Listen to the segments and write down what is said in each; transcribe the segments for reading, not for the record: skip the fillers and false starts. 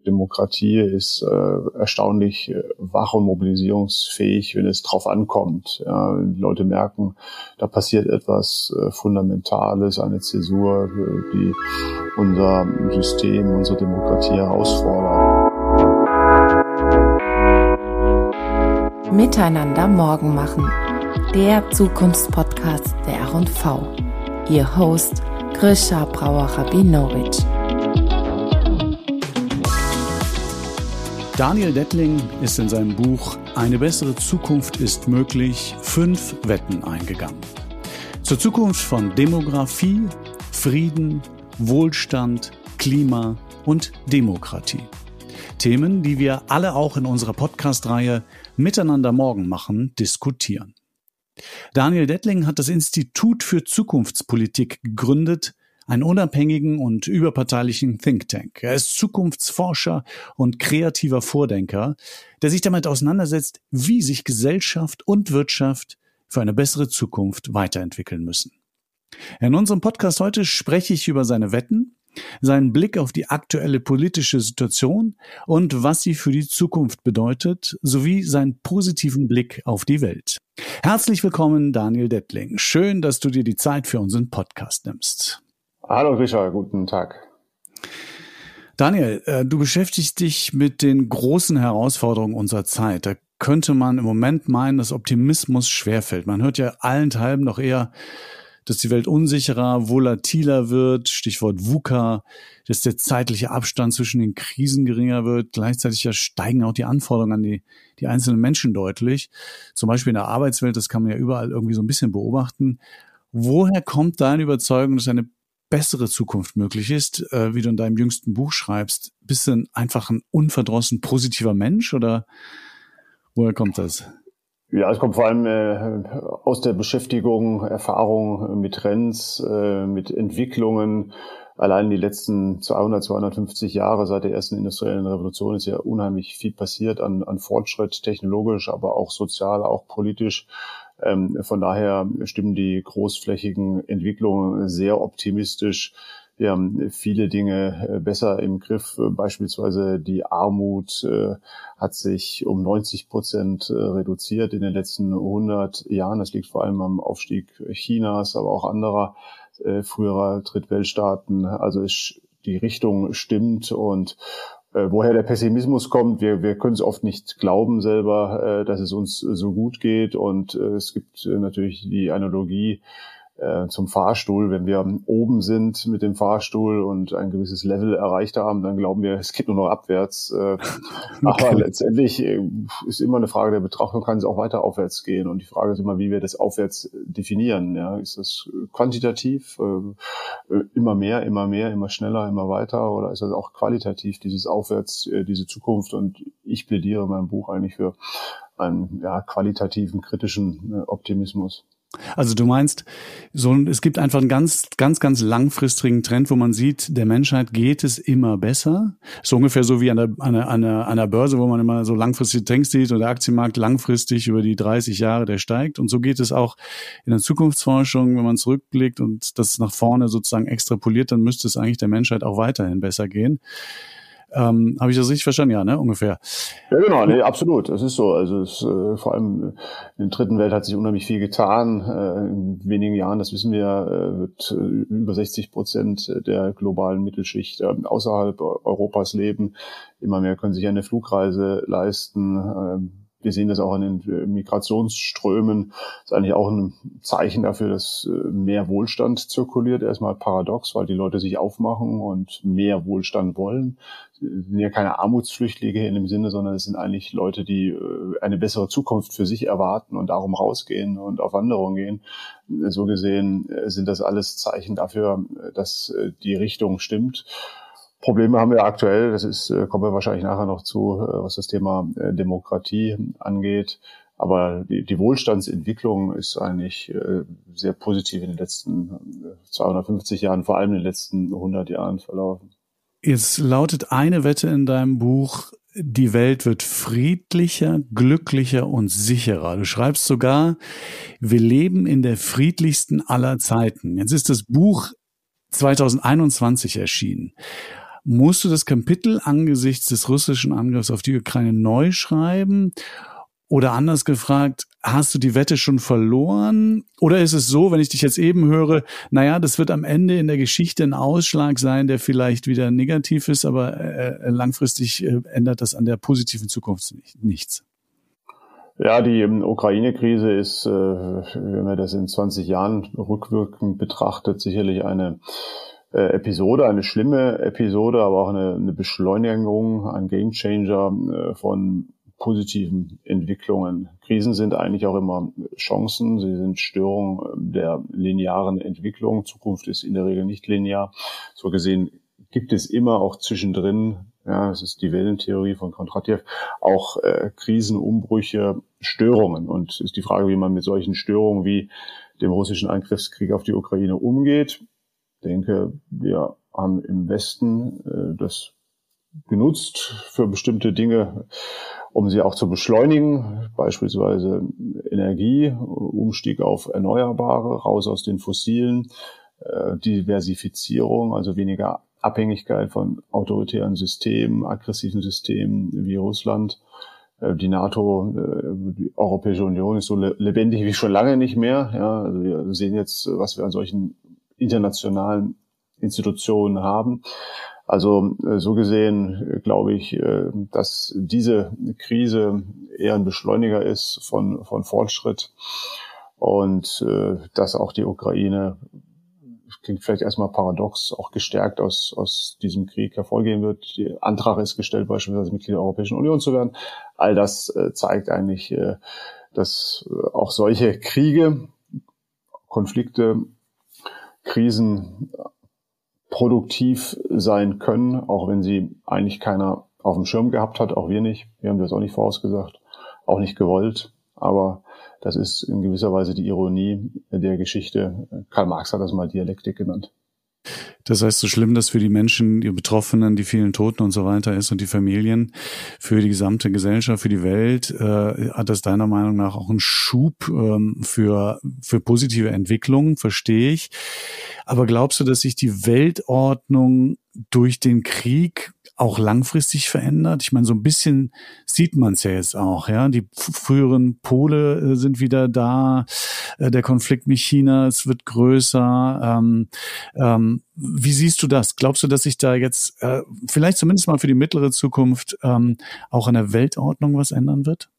Demokratie ist erstaunlich wach und mobilisierungsfähig, wenn es drauf ankommt. Ja, die Leute merken, da passiert etwas Fundamentales, eine Zäsur, die unser System, unsere Demokratie herausfordert. Miteinander morgen machen. Der Zukunftspodcast der R&V. Ihr Host Grisha Brauer-Rabinowitsch. Daniel Dettling ist in seinem Buch Eine bessere Zukunft ist möglich 5 Wetten eingegangen. Zur Zukunft von Demografie, Frieden, Wohlstand, Klima und Demokratie. Themen, die wir alle auch in unserer Podcast-Reihe Miteinander morgen machen, diskutieren. Daniel Dettling hat das Institut für Zukunftspolitik gegründet, einen unabhängigen und überparteilichen Think Tank. Er ist Zukunftsforscher und kreativer Vordenker, der sich damit auseinandersetzt, wie sich Gesellschaft und Wirtschaft für eine bessere Zukunft weiterentwickeln müssen. In unserem Podcast heute spreche ich über seine Wetten, seinen Blick auf die aktuelle politische Situation und was sie für die Zukunft bedeutet, sowie seinen positiven Blick auf die Welt. Herzlich willkommen, Daniel Dettling. Schön, dass du dir die Zeit für unseren Podcast nimmst. Hallo Grisha, guten Tag. Daniel, du beschäftigst dich mit den großen Herausforderungen unserer Zeit. Da könnte man im Moment meinen, dass Optimismus schwerfällt. Man hört ja allenthalben noch eher, dass die Welt unsicherer, volatiler wird, Stichwort VUCA, dass der zeitliche Abstand zwischen den Krisen geringer wird. Gleichzeitig steigen auch die Anforderungen an die einzelnen Menschen deutlich. Zum Beispiel in der Arbeitswelt, das kann man ja überall irgendwie so ein bisschen beobachten. Woher kommt deine Überzeugung, dass eine bessere Zukunft möglich ist, wie du in deinem jüngsten Buch schreibst? Bist du einfach ein unverdrossen positiver Mensch oder woher kommt das? Ja, es kommt vor allem aus der Beschäftigung, Erfahrung mit Trends, mit Entwicklungen. Allein die letzten 250 Jahre seit der ersten industriellen Revolution ist ja unheimlich viel passiert an Fortschritt, technologisch, aber auch sozial, auch politisch. Von daher stimmen die großflächigen Entwicklungen sehr optimistisch. Wir haben viele Dinge besser im Griff. Beispielsweise die Armut hat sich um 90% reduziert in den letzten 100 Jahren. Das liegt vor allem am Aufstieg Chinas, aber auch anderer früherer Drittweltstaaten. Also die Richtung stimmt und woher der Pessimismus kommt, wir können es oft nicht glauben selber, dass es uns so gut geht. Und es gibt natürlich die Analogie zum Fahrstuhl. Wenn wir oben sind mit dem Fahrstuhl und ein gewisses Level erreicht haben, dann glauben wir, es geht nur noch abwärts. Aber letztendlich ist immer eine Frage der Betrachtung, kann es auch weiter aufwärts gehen. Und die Frage ist immer, wie wir das aufwärts definieren. Ja, ist das quantitativ, immer mehr, immer schneller, immer weiter? Oder ist das auch qualitativ, dieses Aufwärts, diese Zukunft? Und ich plädiere in meinem Buch eigentlich für einen qualitativen, kritischen Optimismus. Also du meinst, es gibt einfach einen ganz langfristigen Trend, wo man sieht, der Menschheit geht es immer besser. So ungefähr so wie an der Börse, wo man immer so langfristige Trends sieht und der Aktienmarkt langfristig über die 30 Jahre, der steigt. Und so geht es auch in der Zukunftsforschung, wenn man zurückblickt und das nach vorne sozusagen extrapoliert, dann müsste es eigentlich der Menschheit auch weiterhin besser gehen. Habe ich das richtig verstanden? Ja, ne, ungefähr. Ja, genau, nee, absolut. Es ist so. Also vor allem in der dritten Welt hat sich unheimlich viel getan. In wenigen Jahren, das wissen wir, wird über 60% der globalen Mittelschicht außerhalb Europas leben. Immer mehr können sich eine Flugreise leisten. Wir sehen das auch an den Migrationsströmen. Das ist eigentlich auch ein Zeichen dafür, dass mehr Wohlstand zirkuliert. Erstmal paradox, weil die Leute sich aufmachen und mehr Wohlstand wollen. Es sind ja keine Armutsflüchtlinge in dem Sinne, sondern es sind eigentlich Leute, die eine bessere Zukunft für sich erwarten und darum rausgehen und auf Wanderung gehen. So gesehen sind das alles Zeichen dafür, dass die Richtung stimmt. Probleme haben wir aktuell, kommen wir wahrscheinlich nachher noch zu, was das Thema Demokratie angeht. Aber die Wohlstandsentwicklung ist eigentlich sehr positiv in den letzten 250 Jahren, vor allem in den letzten 100 Jahren verlaufen. Jetzt lautet eine Wette in deinem Buch, die Welt wird friedlicher, glücklicher und sicherer. Du schreibst sogar, wir leben in der friedlichsten aller Zeiten. Jetzt ist das Buch 2021 erschienen. Musst du das Kapitel angesichts des russischen Angriffs auf die Ukraine neu schreiben? Oder anders gefragt, hast du die Wette schon verloren? Oder ist es so, wenn ich dich jetzt eben höre, naja, das wird am Ende in der Geschichte ein Ausschlag sein, der vielleicht wieder negativ ist, aber langfristig ändert das an der positiven Zukunft nichts? Ja, die Ukraine-Krise ist, wenn man das in 20 Jahren rückwirkend betrachtet, sicherlich eine Episode, eine schlimme Episode, aber auch eine Beschleunigung, ein Gamechanger von positiven Entwicklungen. Krisen sind eigentlich auch immer Chancen, sie sind Störungen der linearen Entwicklung. Zukunft ist in der Regel nicht linear. So gesehen gibt es immer auch zwischendrin, ja, das ist die Wellentheorie von Kondratjew, auch Krisenumbrüche, Störungen. Und es ist die Frage, wie man mit solchen Störungen wie dem russischen Angriffskrieg auf die Ukraine umgeht. Ich denke, wir haben im Westen das genutzt für bestimmte Dinge, um sie auch zu beschleunigen, beispielsweise Energie, Umstieg auf Erneuerbare, raus aus den Fossilen, Diversifizierung, also weniger Abhängigkeit von autoritären Systemen, aggressiven Systemen wie Russland. Die NATO, die Europäische Union ist so lebendig wie schon lange nicht mehr. Ja, also wir sehen jetzt, was wir an solchen internationalen Institutionen haben. Also so gesehen glaube ich, dass diese Krise eher ein Beschleuniger ist von Fortschritt und dass auch die Ukraine, klingt vielleicht erstmal paradox, auch gestärkt aus diesem Krieg hervorgehen wird. Der Antrag ist gestellt, beispielsweise Mitglied der Europäischen Union zu werden. All das zeigt eigentlich, dass auch solche Kriege, Konflikte, Krisen produktiv sein können, auch wenn sie eigentlich keiner auf dem Schirm gehabt hat, auch wir nicht. Wir haben das auch nicht vorausgesagt, auch nicht gewollt. Aber das ist in gewisser Weise die Ironie der Geschichte. Karl Marx hat das mal Dialektik genannt. Das heißt, so schlimm das für die Menschen, die Betroffenen, die vielen Toten und so weiter ist und die Familien, für die gesamte Gesellschaft, für die Welt, hat das deiner Meinung nach auch einen Schub für positive Entwicklungen, verstehe ich. Aber glaubst du, dass sich die Weltordnung durch den Krieg auch langfristig verändert? Ich meine, so ein bisschen sieht man es ja jetzt auch, ja. Die früheren Pole sind wieder da, der Konflikt mit China, es wird größer. Wie siehst du das? Glaubst du, dass sich da jetzt vielleicht zumindest mal für die mittlere Zukunft auch an der Weltordnung was ändern wird?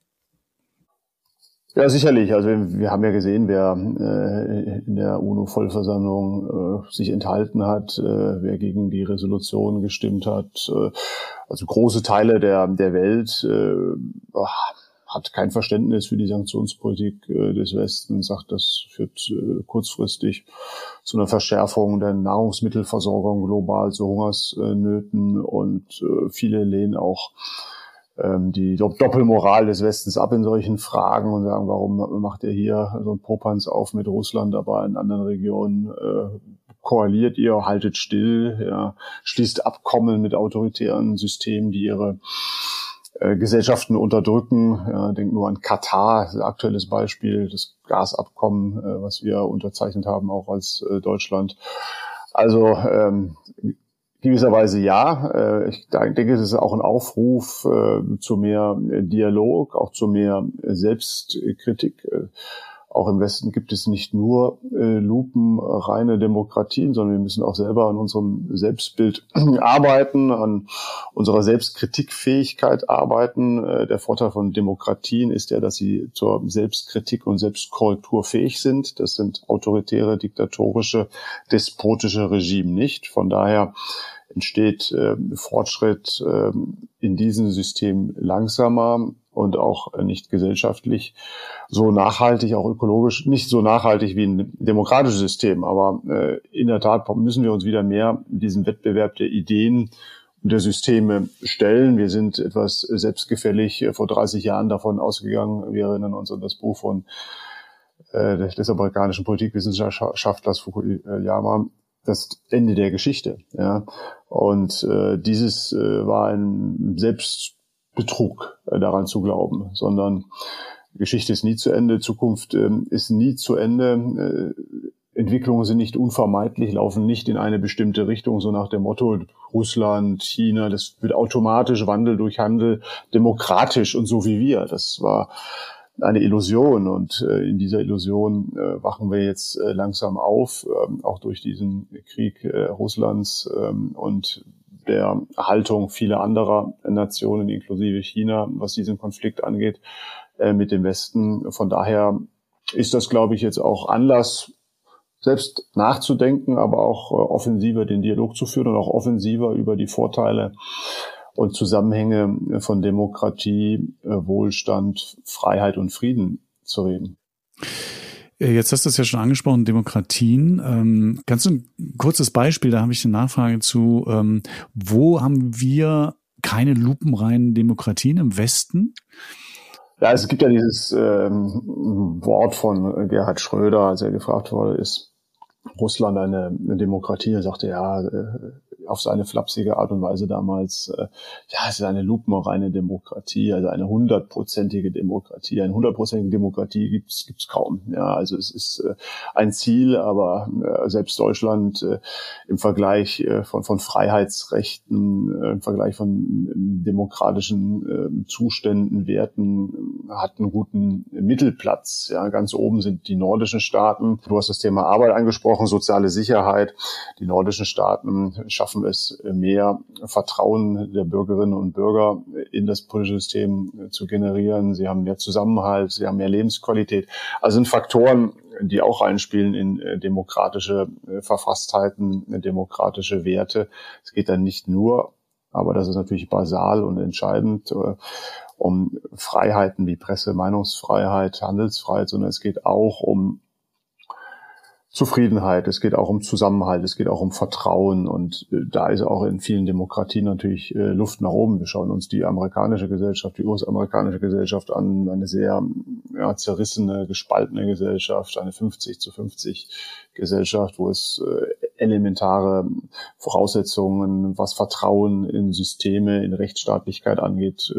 Ja, sicherlich. Also wir haben ja gesehen, wer in der UNO-Vollversammlung sich enthalten hat, wer gegen die Resolution gestimmt hat. Also große Teile der Welt hat kein Verständnis für die Sanktionspolitik des Westens, sagt, das führt kurzfristig zu einer Verschärfung der Nahrungsmittelversorgung global, zu Hungersnöten, und viele lehnen auch die Doppelmoral des Westens ab in solchen Fragen und sagen, warum macht ihr hier so ein Popanz auf mit Russland, aber in anderen Regionen koaliert ihr, haltet still, ja, schließt Abkommen mit autoritären Systemen, die ihre Gesellschaften unterdrücken. Ja, denkt nur an Katar, das ist ein aktuelles Beispiel, das Gasabkommen, was wir unterzeichnet haben, auch als Deutschland. Also gewisserweise ja. Ich denke, es ist auch ein Aufruf zu mehr Dialog, auch zu mehr Selbstkritik. Auch im Westen gibt es nicht nur lupenreine Demokratien, sondern wir müssen auch selber an unserem Selbstbild arbeiten, an unserer Selbstkritikfähigkeit arbeiten. Der Vorteil von Demokratien ist ja, dass sie zur Selbstkritik und Selbstkorrektur fähig sind. Das sind autoritäre, diktatorische, despotische Regime nicht. Von daher entsteht Fortschritt in diesem System langsamer und auch nicht gesellschaftlich so nachhaltig, auch ökologisch nicht so nachhaltig wie ein demokratisches System. Aber in der Tat müssen wir uns wieder mehr diesem Wettbewerb der Ideen und der Systeme stellen. Wir sind etwas selbstgefällig vor 30 Jahren davon ausgegangen. Wir erinnern uns an das Buch von des amerikanischen Politikwissenschaftlers Fukuyama, das Ende der Geschichte. Ja. Und dieses war ein Selbstbetrug, daran zu glauben, sondern Geschichte ist nie zu Ende, Zukunft ist nie zu Ende. Entwicklungen sind nicht unvermeidlich, laufen nicht in eine bestimmte Richtung, so nach dem Motto Russland, China, das wird automatisch Wandel durch Handel demokratisch und so wie wir. Das war eine Illusion und in dieser Illusion wachen wir jetzt langsam auf, auch durch diesen Krieg Russlands und der Haltung vieler anderer Nationen, inklusive China, was diesen Konflikt angeht, mit dem Westen. Von daher ist das, glaube ich, jetzt auch Anlass, selbst nachzudenken, aber auch offensiver den Dialog zu führen und auch offensiver über die Vorteile und Zusammenhänge von Demokratie, Wohlstand, Freiheit und Frieden zu reden. Jetzt hast du es ja schon angesprochen, Demokratien. Kannst du ein kurzes Beispiel, da habe ich eine Nachfrage zu, wo haben wir keine lupenreinen Demokratien im Westen? Ja, es gibt ja dieses Wort von Gerhard Schröder, als er gefragt wurde, ist Russland eine Demokratie? Er sagte, ja, auf seine flapsige Art und Weise damals, ja, es ist eine lupenreine Demokratie, also eine 100%ige Demokratie. Eine 100%ige Demokratie gibt's kaum. Ja, also es ist ein Ziel, aber selbst Deutschland im Vergleich von Freiheitsrechten, im Vergleich von demokratischen Zuständen, Werten, hat einen guten Mittelplatz. Ja, ganz oben sind die nordischen Staaten. Du hast das Thema Arbeit angesprochen, soziale Sicherheit. Die nordischen Staaten schaffen es, mehr Vertrauen der Bürgerinnen und Bürger in das politische System zu generieren. Sie haben mehr Zusammenhalt, sie haben mehr Lebensqualität. Also sind Faktoren, die auch reinspielen in demokratische Verfasstheiten, demokratische Werte. Es geht dann nicht nur, aber das ist natürlich basal und entscheidend, um Freiheiten wie Presse, Meinungsfreiheit, Handelsfreiheit, sondern es geht auch um Zufriedenheit, es geht auch um Zusammenhalt, es geht auch um Vertrauen und da ist auch in vielen Demokratien natürlich Luft nach oben. Wir schauen uns die amerikanische Gesellschaft, die US-amerikanische Gesellschaft an, eine sehr zerrissene, gespaltene Gesellschaft, eine 50-50 Gesellschaft, wo es elementare Voraussetzungen, was Vertrauen in Systeme, in Rechtsstaatlichkeit angeht,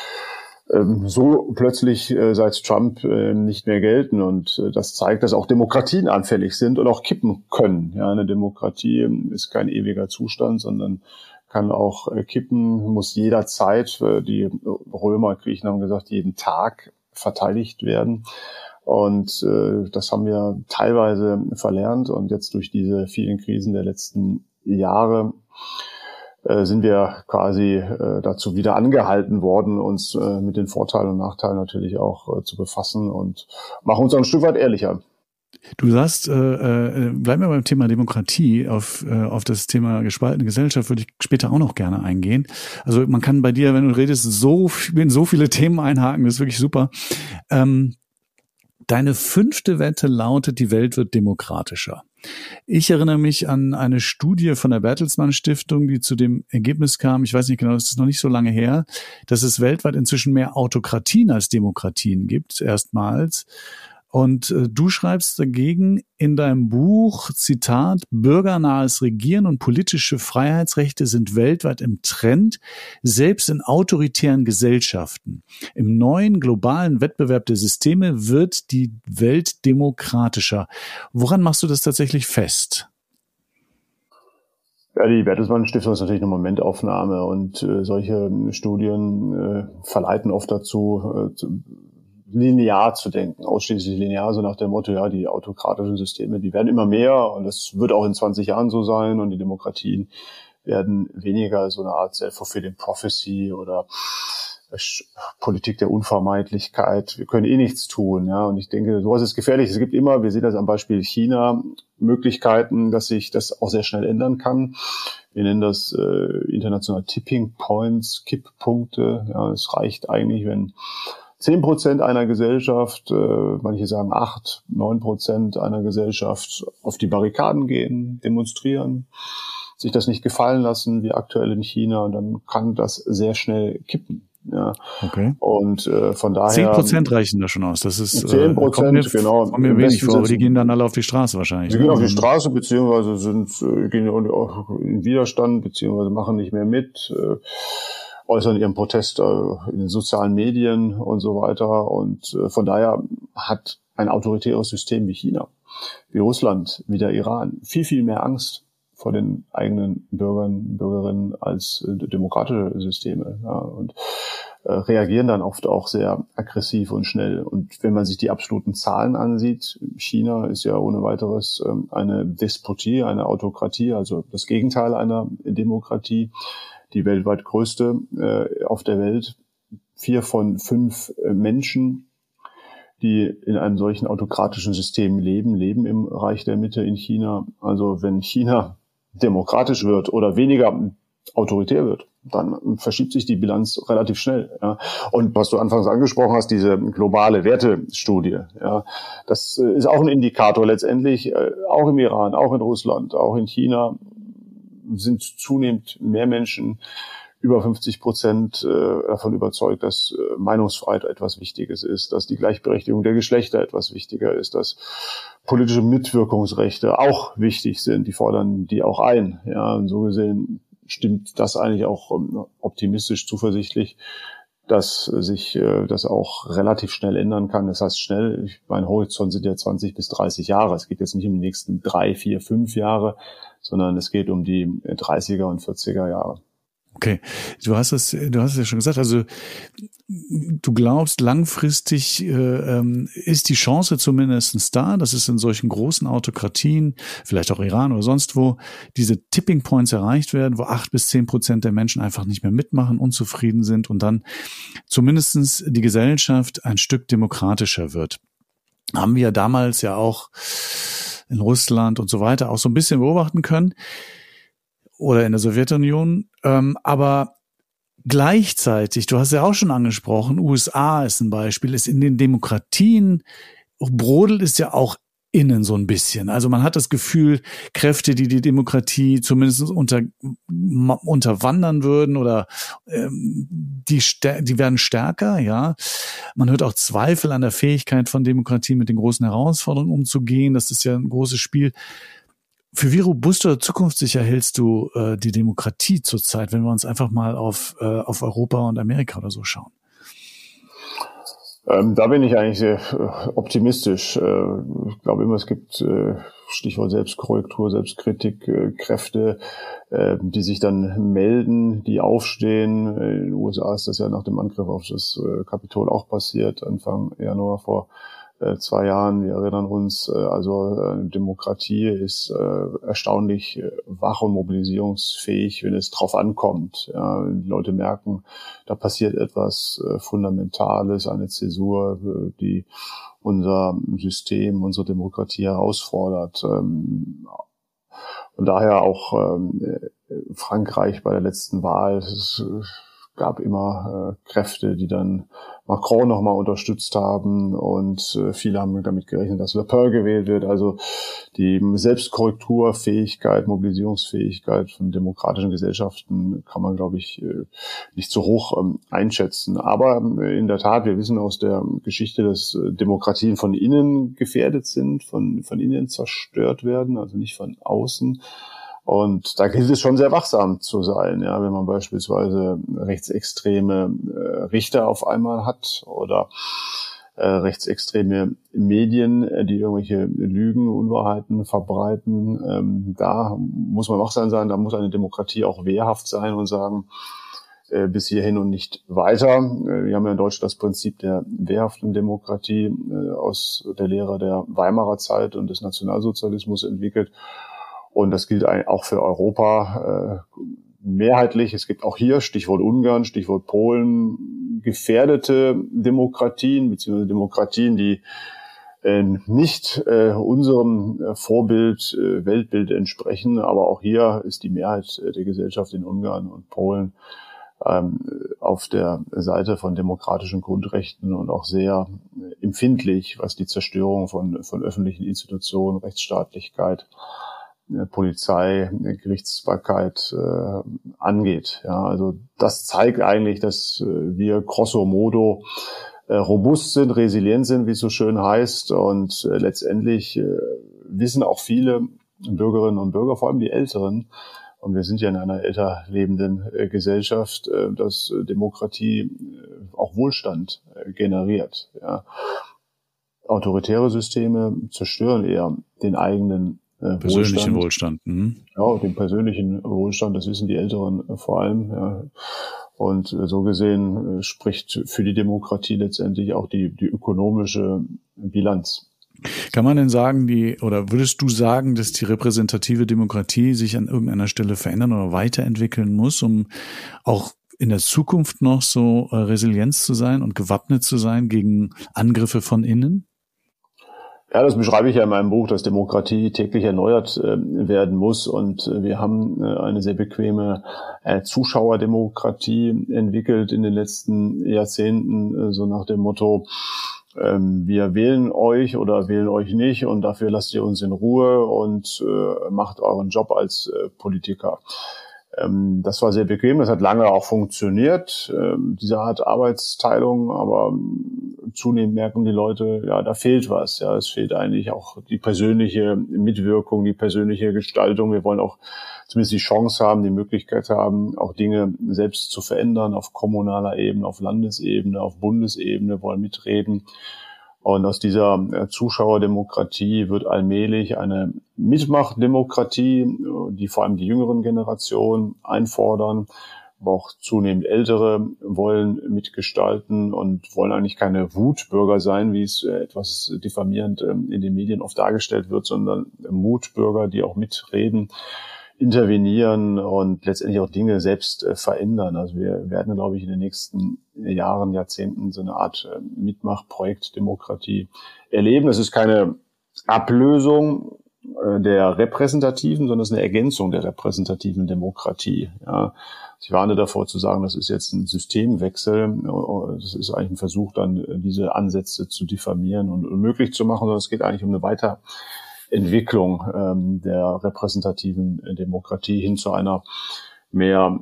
so plötzlich seit Trump nicht mehr gelten. Und das zeigt, dass auch Demokratien anfällig sind und auch kippen können. Ja, eine Demokratie ist kein ewiger Zustand, sondern kann auch kippen, muss jederzeit, die Römer, Griechen haben gesagt, jeden Tag verteidigt werden. Und das haben wir teilweise verlernt. Und jetzt durch diese vielen Krisen der letzten Jahre sind wir quasi dazu wieder angehalten worden, uns mit den Vorteilen und Nachteilen natürlich auch zu befassen und machen uns auch ein Stück weit ehrlicher. Du sagst, bleiben wir beim Thema Demokratie, auf das Thema gespaltene Gesellschaft würde ich später auch noch gerne eingehen. Also man kann bei dir, wenn du redest, so viele Themen einhaken, das ist wirklich super. Deine 5. Wette lautet, die Welt wird demokratischer. Ich erinnere mich an eine Studie von der Bertelsmann Stiftung, die zu dem Ergebnis kam, ich weiß nicht genau, das ist noch nicht so lange her, dass es weltweit inzwischen mehr Autokratien als Demokratien gibt, erstmals. Und du schreibst dagegen in deinem Buch, Zitat, bürgernahes Regieren und politische Freiheitsrechte sind weltweit im Trend, selbst in autoritären Gesellschaften. Im neuen globalen Wettbewerb der Systeme wird die Welt demokratischer. Woran machst du das tatsächlich fest? Ja, die Bertelsmann Stiftung ist natürlich eine Momentaufnahme und solche Studien verleiten oft dazu, linear zu denken, ausschließlich linear, so nach dem Motto, ja, die autokratischen Systeme, die werden immer mehr und das wird auch in 20 Jahren so sein und die Demokratien werden weniger, so eine Art self-fulfilling prophecy oder Politik der Unvermeidlichkeit. Wir können nichts tun, ja, und ich denke, sowas ist gefährlich. Es gibt immer, wir sehen das am Beispiel China, Möglichkeiten, dass sich das auch sehr schnell ändern kann. Wir nennen das international Tipping Points, Kipppunkte. Ja, es reicht eigentlich, wenn 10% einer Gesellschaft, manche sagen 8, 9% einer Gesellschaft auf die Barrikaden gehen, demonstrieren, sich das nicht gefallen lassen, wie aktuell in China, und dann kann das sehr schnell kippen. Ja. Okay. Und von daher 10% reichen da schon aus. Das ist 10%, genau. Kommt mir wenig vor, aber die gehen dann alle auf die Straße wahrscheinlich. Sie gehen auf die Straße, beziehungsweise gehen auch in Widerstand, beziehungsweise machen nicht mehr mit, äußern ihren Protest in den sozialen Medien und so weiter. Und von daher hat ein autoritäres System wie China wie Russland, wie der Iran, viel, viel mehr Angst vor den eigenen Bürgerinnen als demokratische Systeme, ja, und reagieren dann oft auch sehr aggressiv und schnell. Und wenn man sich die absoluten Zahlen ansieht, China ist ja ohne weiteres eine Despotie, eine Autokratie, also das Gegenteil einer Demokratie, die weltweit größte auf der Welt. 4 von 5 Menschen, die in einem solchen autokratischen System leben im Reich der Mitte in China. Also wenn China demokratisch wird oder weniger autoritär wird, dann verschiebt sich die Bilanz relativ schnell. Ja. Und was du anfangs angesprochen hast, diese globale Wertestudie, ja, das ist auch ein Indikator letztendlich, auch im Iran, auch in Russland, auch in China sind zunehmend mehr Menschen, über 50% davon überzeugt, dass Meinungsfreiheit etwas Wichtiges ist, dass die Gleichberechtigung der Geschlechter etwas wichtiger ist, dass politische Mitwirkungsrechte auch wichtig sind. Die fordern die auch ein. Ja, und so gesehen stimmt das eigentlich auch optimistisch zuversichtlich, dass sich das auch relativ schnell ändern kann. Das heißt schnell, mein Horizont sind ja 20 bis 30 Jahre. Es geht jetzt nicht um die nächsten 3, 4, 5 Jahre, sondern es geht um die 30er und 40er Jahre. Okay, du hast es ja schon gesagt, also du glaubst, langfristig ist die Chance zumindest da, dass es in solchen großen Autokratien, vielleicht auch Iran oder sonst wo, diese Tipping Points erreicht werden, wo 8-10% der Menschen einfach nicht mehr mitmachen, unzufrieden sind und dann zumindest die Gesellschaft ein Stück demokratischer wird. Haben wir damals ja auch in Russland und so weiter auch so ein bisschen beobachten können. Oder in der Sowjetunion, aber gleichzeitig, du hast ja auch schon angesprochen, USA ist ein Beispiel, ist in den Demokratien, brodelt es ja auch innen so ein bisschen. Also man hat das Gefühl, Kräfte, die die Demokratie zumindest unterwandern würden oder die werden stärker, ja. Man hört auch Zweifel an der Fähigkeit von Demokratie, mit den großen Herausforderungen umzugehen. Das ist ja ein großes Spiel. Für wie robust oder zukunftssicher hältst du die Demokratie zurzeit, wenn wir uns einfach mal auf Europa und Amerika oder so schauen? Da bin ich eigentlich sehr optimistisch. Ich glaube immer, es gibt Stichwort Selbstkorrektur, Selbstkritik, Kräfte, die sich dann melden, die aufstehen. In den USA ist das ja nach dem Angriff auf das Kapitol auch passiert, Anfang Januar vor 2 Jahren, wir erinnern uns, also Demokratie ist erstaunlich wach und mobilisierungsfähig, wenn es drauf ankommt. Ja, die Leute merken, da passiert etwas Fundamentales, eine Zäsur, die unser System, unsere Demokratie herausfordert. Und daher auch Frankreich bei der letzten Wahl, es gab immer Kräfte, die dann Macron nochmal unterstützt haben und viele haben damit gerechnet, dass Le Pen gewählt wird. Also die Selbstkorrekturfähigkeit, Mobilisierungsfähigkeit von demokratischen Gesellschaften kann man, glaube ich, nicht so hoch einschätzen. Aber in der Tat, wir wissen aus der Geschichte, dass Demokratien von innen gefährdet sind, von innen zerstört werden, also nicht von außen. Und da gilt es schon sehr wachsam zu sein, ja, wenn man beispielsweise rechtsextreme Richter auf einmal hat oder rechtsextreme Medien, die irgendwelche Lügen, Unwahrheiten verbreiten. Da muss man wachsam sein, da muss eine Demokratie auch wehrhaft sein und sagen, bis hierhin und nicht weiter. Wir haben ja in Deutschland das Prinzip der wehrhaften Demokratie aus der Lehre der Weimarer Zeit und des Nationalsozialismus entwickelt. Und das gilt auch für Europa mehrheitlich. Es gibt auch hier, Stichwort Ungarn, Stichwort Polen, gefährdete Demokratien, beziehungsweise Demokratien, die nicht unserem Vorbild, Weltbild entsprechen. Aber auch hier ist die Mehrheit der Gesellschaft in Ungarn und Polen auf der Seite von demokratischen Grundrechten und auch sehr empfindlich, was die Zerstörung von öffentlichen Institutionen, Rechtsstaatlichkeit, Polizei, Gerichtsbarkeit angeht. Ja, also das zeigt eigentlich, dass wir grosso modo robust sind, resilient sind, wie es so schön heißt. Und letztendlich wissen auch viele Bürgerinnen und Bürger, vor allem die Älteren, und wir sind ja in einer älter lebenden Gesellschaft, dass Demokratie auch Wohlstand generiert. Ja. autoritäre Systeme zerstören eher den eigenen persönlichen Wohlstand. Ja, den persönlichen Wohlstand, das wissen die Älteren vor allem. Ja. Und so gesehen spricht für die Demokratie letztendlich auch die ökonomische Bilanz. Kann man denn sagen, oder würdest du sagen, dass die repräsentative Demokratie sich an irgendeiner Stelle verändern oder weiterentwickeln muss, um auch in der Zukunft noch so resilient zu sein und gewappnet zu sein gegen Angriffe von innen? Ja, das beschreibe ich ja in meinem Buch, dass Demokratie täglich erneuert werden muss. Und wir haben eine sehr bequeme Zuschauerdemokratie entwickelt in den letzten Jahrzehnten, so nach dem Motto, wir wählen euch oder wählen euch nicht und dafür lasst ihr uns in Ruhe und macht euren Job als Politiker. Das war sehr bequem, das hat lange auch funktioniert, diese Art Arbeitsteilung, aber zunehmend merken die Leute, ja, da fehlt was, ja, es fehlt eigentlich auch die persönliche Mitwirkung, die persönliche Gestaltung. Wir wollen auch zumindest die Chance haben, die Möglichkeit haben, auch Dinge selbst zu verändern auf kommunaler Ebene, auf Landesebene, auf Bundesebene, wollen mitreden. Und aus dieser Zuschauerdemokratie wird allmählich eine Mitmachdemokratie, die vor allem die jüngeren Generationen einfordern, aber auch zunehmend Ältere wollen mitgestalten und wollen eigentlich keine Wutbürger sein, wie es etwas diffamierend in den Medien oft dargestellt wird, sondern Mutbürger, die auch mitreden, intervenieren und letztendlich auch Dinge selbst verändern. Also wir werden, glaube ich, in den nächsten Jahren, Jahrzehnten so eine Art Mitmachprojektdemokratie erleben. Es ist keine Ablösung der repräsentativen, sondern es ist eine Ergänzung der repräsentativen Demokratie. Ja. Ich warne davor zu sagen, das ist jetzt ein Systemwechsel. Das ist eigentlich ein Versuch, dann diese Ansätze zu diffamieren und unmöglich zu machen, sondern es geht eigentlich um eine Weiterentwicklung der repräsentativen Demokratie hin zu einer mehr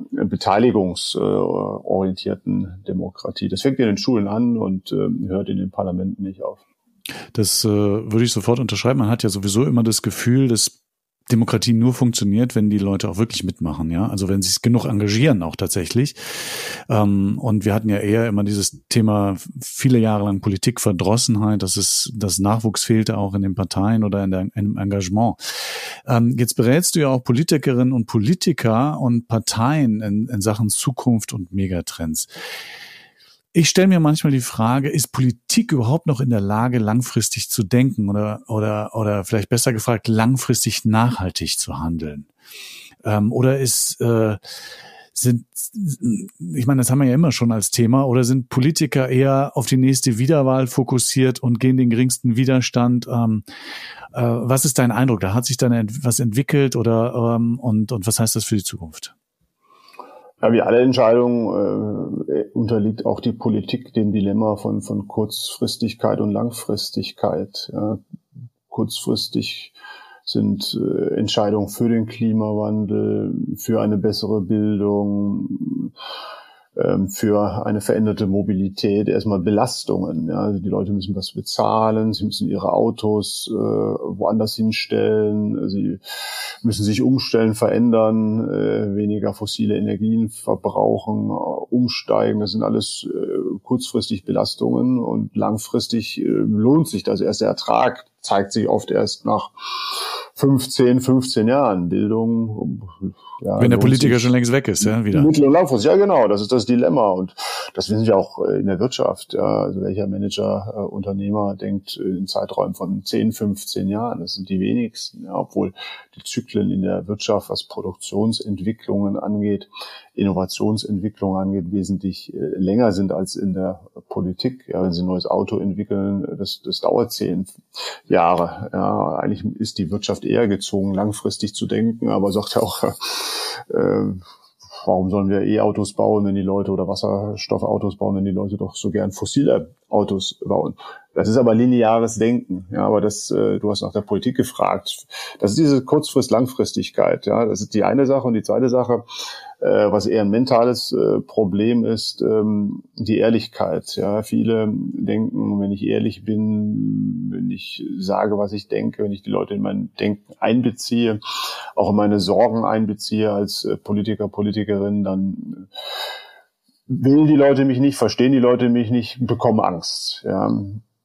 beteiligungsorientierten Demokratie. Das fängt in den Schulen an und hört in den Parlamenten nicht auf. Das würde ich sofort unterschreiben. Man hat ja sowieso immer das Gefühl, dass Demokratie nur funktioniert, wenn die Leute auch wirklich mitmachen, ja. Also wenn sie es genug engagieren auch tatsächlich. Und wir hatten ja eher immer dieses Thema viele Jahre lang Politikverdrossenheit, dass Nachwuchs fehlte auch in den Parteien oder im Engagement. Jetzt berätst du ja auch Politikerinnen und Politiker und Parteien in Sachen Zukunft und Megatrends. Ich stelle mir manchmal die Frage, ist Politik überhaupt noch in der Lage, langfristig zu denken oder vielleicht besser gefragt, langfristig nachhaltig zu handeln? Oder ich meine, das haben wir ja immer schon als Thema, oder sind Politiker eher auf die nächste Wiederwahl fokussiert und gehen den geringsten Widerstand? Was ist dein Eindruck? Da hat sich dann was entwickelt oder und was heißt das für die Zukunft? Ja, wie alle Entscheidungen unterliegt auch die Politik dem Dilemma von Kurzfristigkeit und Langfristigkeit. Ja, kurzfristig sind Entscheidungen für den Klimawandel, für eine bessere Bildung, für eine veränderte Mobilität erstmal Belastungen. Ja, also die Leute müssen was bezahlen, sie müssen ihre Autos woanders hinstellen, sie müssen sich umstellen, verändern, weniger fossile Energien verbrauchen, umsteigen. Das sind alles kurzfristig Belastungen und langfristig lohnt sich das. Erst der Ertrag zeigt sich oft erst nach 15 Jahren. Bildung, ja, wenn der Politiker schon längst weg ist, ja, wieder. Mittel- und langfristig, ja genau, das ist das Dilemma und das wissen wir auch in der Wirtschaft. Ja, also welcher Manager, Unternehmer denkt in Zeiträumen von 10-15 Jahren, das sind die wenigsten, ja, obwohl die Zyklen in der Wirtschaft, was Produktionsentwicklungen angeht, Innovationsentwicklung angeht, wesentlich länger sind als in der Politik. Ja, wenn Sie ein neues Auto entwickeln, das dauert 10 Jahre. Ja, eigentlich ist die Wirtschaft eher gezwungen, langfristig zu denken, aber sagt auch, warum sollen wir E-Autos bauen, wenn die Leute oder Wasserstoffautos bauen, wenn die Leute doch so gern fossile Autos bauen? Das ist aber lineares Denken. Ja, aber du hast nach der Politik gefragt. Das ist diese Kurzfrist-Langfristigkeit. Ja, das ist die eine Sache. Und die zweite Sache, was eher ein mentales Problem ist, die Ehrlichkeit. Ja, viele denken, wenn ich ehrlich bin, wenn ich sage, was ich denke, wenn ich die Leute in mein Denken einbeziehe, auch in meine Sorgen einbeziehe als Politiker, Politikerin, dann wählen die Leute mich nicht, verstehen die Leute mich nicht, bekommen Angst. Ja.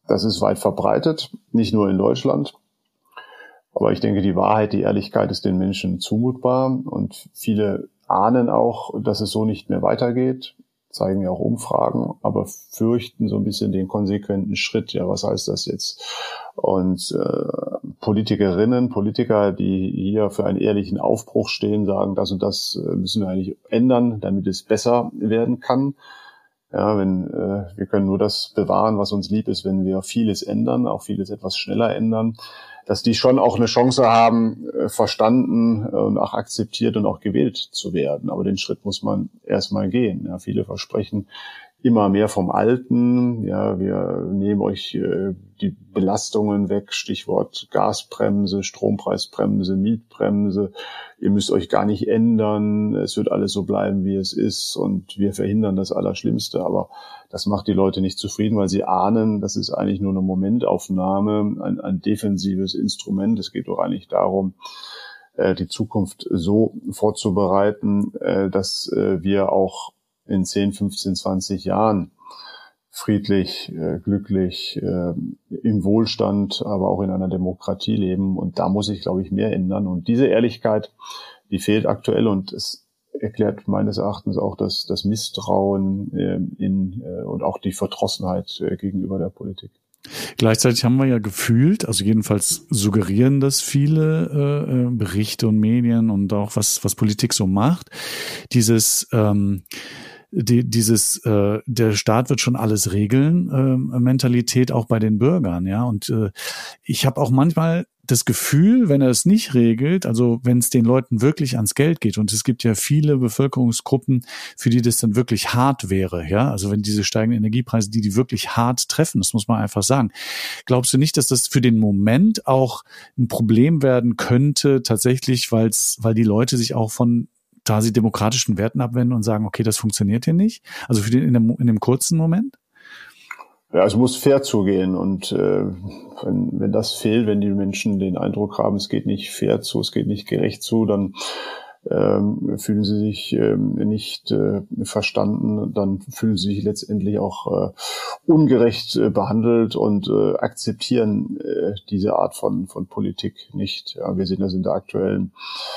Das ist weit verbreitet, nicht nur in Deutschland. Aber ich denke, die Wahrheit, die Ehrlichkeit ist den Menschen zumutbar. Und viele ahnen auch, dass es so nicht mehr weitergeht, zeigen ja auch Umfragen, aber fürchten so ein bisschen den konsequenten Schritt. Ja, was heißt das jetzt? Und Politikerinnen, Politiker, die hier für einen ehrlichen Aufbruch stehen, sagen, das und das müssen wir eigentlich ändern, damit es besser werden kann. Ja, wir können nur das bewahren, was uns lieb ist, wenn wir vieles ändern, auch vieles etwas schneller ändern, dass die schon auch eine Chance haben, verstanden und auch akzeptiert und auch gewählt zu werden. Aber den Schritt muss man erstmal gehen. Ja, viele versprechen immer mehr vom Alten. Ja, wir nehmen euch die Belastungen weg, Stichwort Gasbremse, Strompreisbremse, Mietbremse. Ihr müsst euch gar nicht ändern. Es wird alles so bleiben, wie es ist. Und wir verhindern das Allerschlimmste. Aber das macht die Leute nicht zufrieden, weil sie ahnen, das ist eigentlich nur eine Momentaufnahme, ein defensives Instrument. Es geht doch eigentlich darum, die Zukunft so vorzubereiten, dass wir auch in 10, 15, 20 Jahren friedlich, glücklich, im Wohlstand, aber auch in einer Demokratie leben. Und da muss sich, glaube ich, mehr ändern. Und diese Ehrlichkeit, die fehlt aktuell, und es erklärt meines Erachtens auch das Misstrauen und auch die Verdrossenheit gegenüber der Politik. Gleichzeitig haben wir ja gefühlt, also jedenfalls suggerieren das viele Berichte und Medien und auch was Politik so macht, der Staat wird schon alles regeln, Mentalität auch bei den Bürgern, ja. Und ich habe auch manchmal das Gefühl, wenn er es nicht regelt, also wenn es den Leuten wirklich ans Geld geht, und es gibt ja viele Bevölkerungsgruppen, für die das dann wirklich hart wäre, ja, also wenn diese steigenden Energiepreise, die wirklich hart treffen, das muss man einfach sagen. Glaubst du nicht, dass das für den Moment auch ein Problem werden könnte, tatsächlich, weil die Leute sich auch von quasi demokratischen Werten abwenden und sagen, okay, das funktioniert hier nicht? Also in dem kurzen Moment? Ja, es muss fair zugehen, und wenn das fehlt, wenn die Menschen den Eindruck haben, es geht nicht fair zu, es geht nicht gerecht zu, dann fühlen sie sich nicht verstanden, dann fühlen sie sich letztendlich auch ungerecht behandelt und akzeptieren diese Art von Politik nicht. Ja, wir sehen das in der aktuellen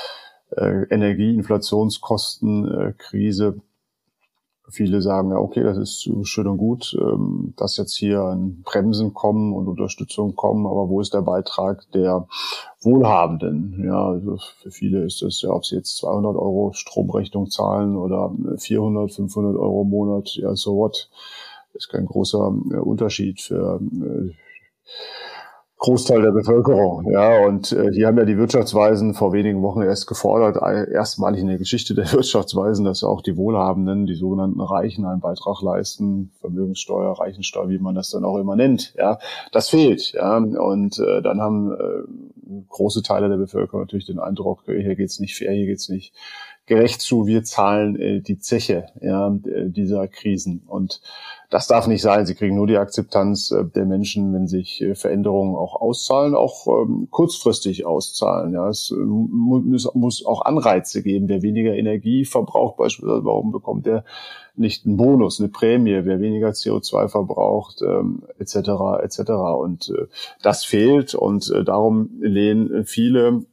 Energieinflationskostenkrise. Viele sagen, ja, okay, das ist schön und gut, dass jetzt hier Bremsen kommen und Unterstützung kommen, aber wo ist der Beitrag der Wohlhabenden? Ja, also für viele ist es ja, ob sie jetzt 200 € Stromrechnung zahlen oder 400, 500 € im Monat, ja, so what? Das ist kein großer Unterschied für Großteil der Bevölkerung, ja, und hier haben ja die Wirtschaftsweisen vor wenigen Wochen erst gefordert, erstmalig in der Geschichte der Wirtschaftsweisen, dass auch die Wohlhabenden, die sogenannten Reichen, einen Beitrag leisten, Vermögenssteuer, Reichensteuer, wie man das dann auch immer nennt, ja, das fehlt, ja, und dann haben große Teile der Bevölkerung natürlich den Eindruck, hier geht's nicht fair, hier geht's nicht gerecht zu, wir zahlen die Zeche, ja, dieser Krisen, und das darf nicht sein. Sie kriegen nur die Akzeptanz der Menschen, wenn sich Veränderungen auch auszahlen, auch kurzfristig auszahlen. Ja, es muss auch Anreize geben. Wer weniger Energie verbraucht beispielsweise, warum bekommt der nicht einen Bonus, eine Prämie? Wer weniger CO2 verbraucht, etc. etc. Und das fehlt, und darum lehnen viele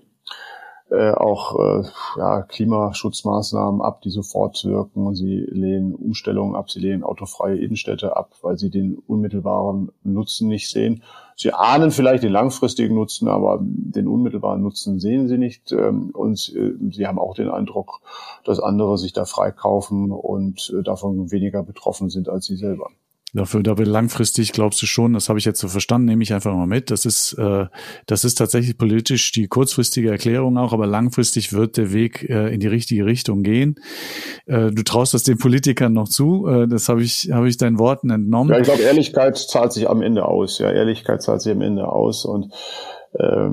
auch Klimaschutzmaßnahmen ab, die sofort wirken, und sie lehnen Umstellungen ab, sie lehnen autofreie Innenstädte ab, weil sie den unmittelbaren Nutzen nicht sehen. Sie ahnen vielleicht den langfristigen Nutzen, aber den unmittelbaren Nutzen sehen sie nicht, und sie haben auch den Eindruck, dass andere sich da freikaufen und davon weniger betroffen sind als sie selber. Dafür langfristig glaubst du schon, das habe ich jetzt so verstanden, nehme ich einfach mal mit. Das ist tatsächlich politisch die kurzfristige Erklärung auch, aber langfristig wird der Weg in die richtige Richtung gehen. Du traust das den Politikern noch zu, das habe ich deinen Worten entnommen. Ja, ich glaube, Ehrlichkeit zahlt sich am Ende aus. Ja, Ehrlichkeit zahlt sich am Ende aus, und da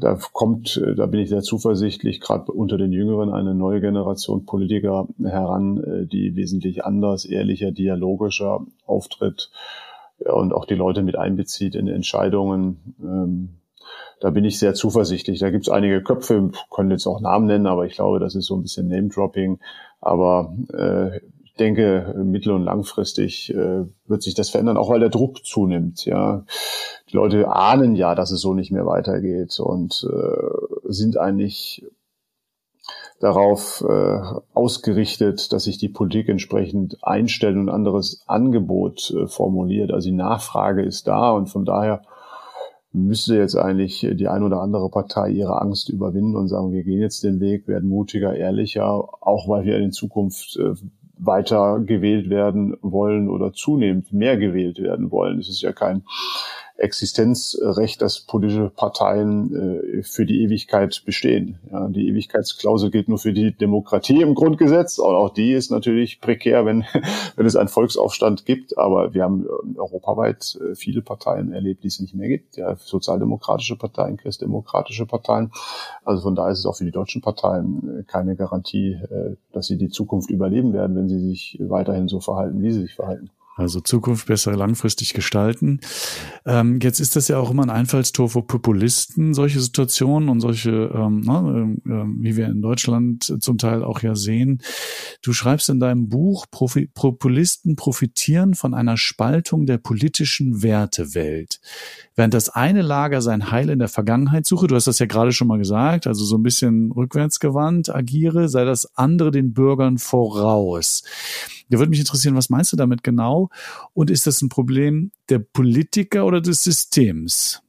bin ich sehr zuversichtlich, gerade unter den Jüngeren eine neue Generation Politiker heran, die wesentlich anders, ehrlicher, dialogischer auftritt, und auch die Leute mit einbezieht in Entscheidungen. Da bin ich sehr zuversichtlich. Da gibt es einige Köpfe, können jetzt auch Namen nennen, aber ich glaube, das ist so ein bisschen Name-Dropping. Aber denke, mittel- und langfristig wird sich das verändern, auch weil der Druck zunimmt. Ja, die Leute ahnen ja, dass es so nicht mehr weitergeht und sind eigentlich darauf ausgerichtet, dass sich die Politik entsprechend einstellt und ein anderes Angebot formuliert. Also die Nachfrage ist da und von daher müsste jetzt eigentlich die ein oder andere Partei ihre Angst überwinden und sagen, wir gehen jetzt den Weg, werden mutiger, ehrlicher, auch weil wir in Zukunft weiter gewählt werden wollen oder zunehmend mehr gewählt werden wollen. Es ist ja kein Existenzrecht, dass politische Parteien für die Ewigkeit bestehen. Ja, die Ewigkeitsklausel gilt nur für die Demokratie im Grundgesetz. Und auch die ist natürlich prekär, wenn es einen Volksaufstand gibt. Aber wir haben europaweit viele Parteien erlebt, die es nicht mehr gibt. Ja, sozialdemokratische Parteien, christdemokratische Parteien. Also von daher ist es auch für die deutschen Parteien keine Garantie, dass sie die Zukunft überleben werden, wenn sie sich weiterhin so verhalten, wie sie sich verhalten. Also Zukunft besser langfristig gestalten. Jetzt ist das ja auch immer ein Einfallstor für Populisten, solche Situationen und solche, wie wir in Deutschland zum Teil auch ja sehen. Du schreibst in deinem Buch, Populisten profitieren von einer Spaltung der politischen Wertewelt. Während das eine Lager sein Heil in der Vergangenheit suche, du hast das ja gerade schon mal gesagt, also so ein bisschen rückwärtsgewandt agiere, sei das andere den Bürgern voraus. Da würde mich interessieren, was meinst du damit genau? Und ist das ein Problem der Politiker oder des Systems?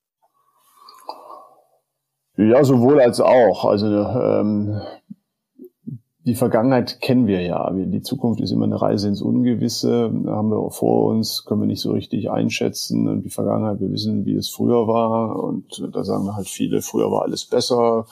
Ja, sowohl als auch. Also die Vergangenheit kennen wir ja. Die Zukunft ist immer eine Reise ins Ungewisse. Haben wir auch vor uns, können wir nicht so richtig einschätzen. Und die Vergangenheit, wir wissen, wie es früher war. Und da sagen halt viele, früher war alles besser.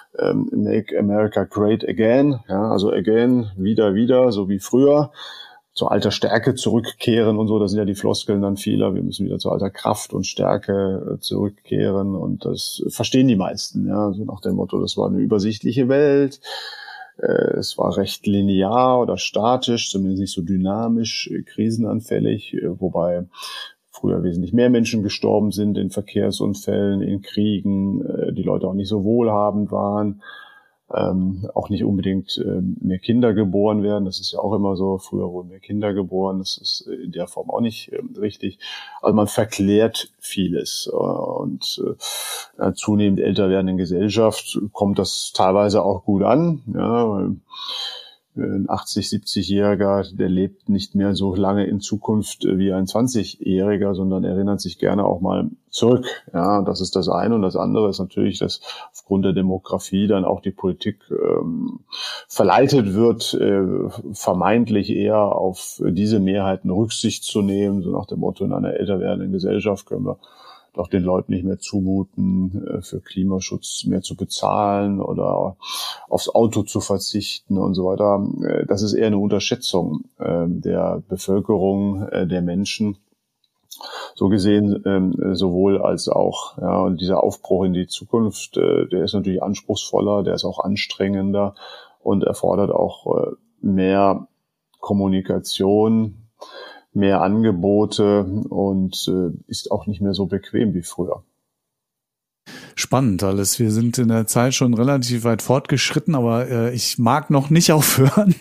Make America Great Again, ja, also again, wieder, so wie früher, zu alter Stärke zurückkehren und so, das sind ja die Floskeln dann vieler, wir müssen wieder zu alter Kraft und Stärke zurückkehren und das verstehen die meisten, ja, so nach dem Motto, das war eine übersichtliche Welt, es war recht linear oder statisch, zumindest nicht so dynamisch, krisenanfällig, wobei früher wesentlich mehr Menschen gestorben sind in Verkehrsunfällen, in Kriegen, die Leute auch nicht so wohlhabend waren, auch nicht unbedingt mehr Kinder geboren werden. Das ist ja auch immer so, früher wurden mehr Kinder geboren, das ist in der Form auch nicht richtig. Also man verklärt vieles und zunehmend älter werdenden Gesellschaft kommt das teilweise auch gut an, ja, weil ein 80-, 70-Jähriger, der lebt nicht mehr so lange in Zukunft wie ein 20-Jähriger, sondern erinnert sich gerne auch mal zurück. Ja, das ist das eine. Und das andere ist natürlich, dass aufgrund der Demografie dann auch die Politik verleitet wird, vermeintlich eher auf diese Mehrheiten Rücksicht zu nehmen. So nach dem Motto, in einer älter werdenden Gesellschaft können wir doch den Leuten nicht mehr zumuten, für Klimaschutz mehr zu bezahlen oder aufs Auto zu verzichten und so weiter. Das ist eher eine Unterschätzung der Bevölkerung, der Menschen. So gesehen sowohl als auch. Ja, und dieser Aufbruch in die Zukunft, der ist natürlich anspruchsvoller, der ist auch anstrengender und erfordert auch mehr Kommunikation, mehr Angebote und ist auch nicht mehr so bequem wie früher. Spannend alles. Wir sind in der Zeit schon relativ weit fortgeschritten, aber ich mag noch nicht aufhören.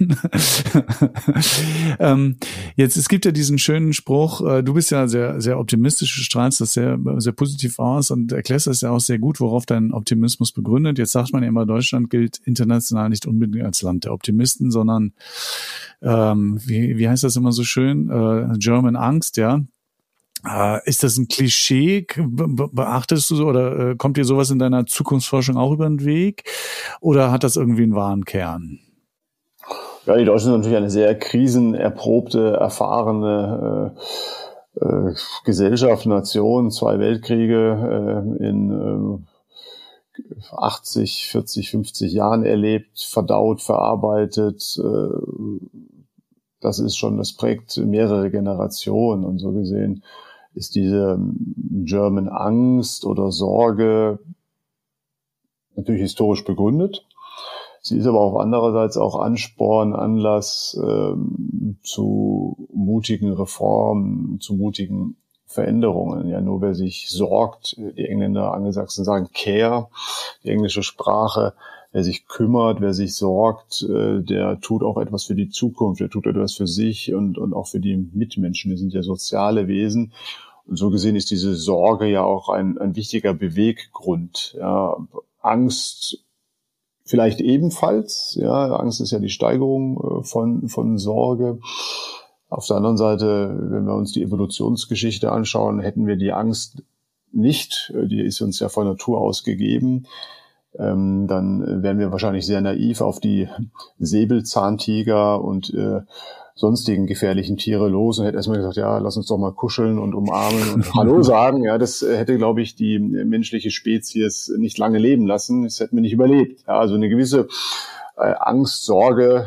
Jetzt, es gibt ja diesen schönen Spruch, du bist ja sehr, sehr optimistisch, du strahlst das sehr, sehr positiv aus und erklärst das ja auch sehr gut, worauf dein Optimismus begründet. Jetzt sagt man ja immer, Deutschland gilt international nicht unbedingt als Land der Optimisten, sondern wie heißt das immer so schön? German Angst, ja. Ist das ein Klischee? Beachtest du oder kommt dir sowas in deiner Zukunftsforschung auch über den Weg? Oder hat das irgendwie einen wahren Kern? Ja, die Deutschen sind natürlich eine sehr krisenerprobte, erfahrene Gesellschaft, Nation, 2 Weltkriege in 80, 40, 50 Jahren erlebt, verdaut, verarbeitet. Das ist schon, das prägt mehrere Generationen und so gesehen ist diese German Angst oder Sorge natürlich historisch begründet. Sie ist aber auch andererseits auch Ansporn, Anlass zu mutigen Reformen, zu mutigen Veränderungen. Ja, nur wer sich sorgt, die Engländer, Angelsachsen sagen Care, die englische Sprache, wer sich kümmert, wer sich sorgt, der tut auch etwas für die Zukunft, der tut etwas für sich und auch für die Mitmenschen. Wir sind ja soziale Wesen. Und so gesehen ist diese Sorge ja auch ein wichtiger Beweggrund. Ja, Angst vielleicht ebenfalls. Ja, Angst ist ja die Steigerung von Sorge. Auf der anderen Seite, wenn wir uns die Evolutionsgeschichte anschauen, hätten wir die Angst nicht. Die ist uns ja von Natur aus gegeben. Dann wären wir wahrscheinlich sehr naiv auf die Säbelzahntiger und sonstigen gefährlichen Tiere los und hätte erstmal gesagt, ja, lass uns doch mal kuscheln und umarmen und Hallo sagen. Ja, das hätte, glaube ich, die menschliche Spezies nicht lange leben lassen. Das hätten wir nicht überlebt. Ja, also eine gewisse Angst, Sorge,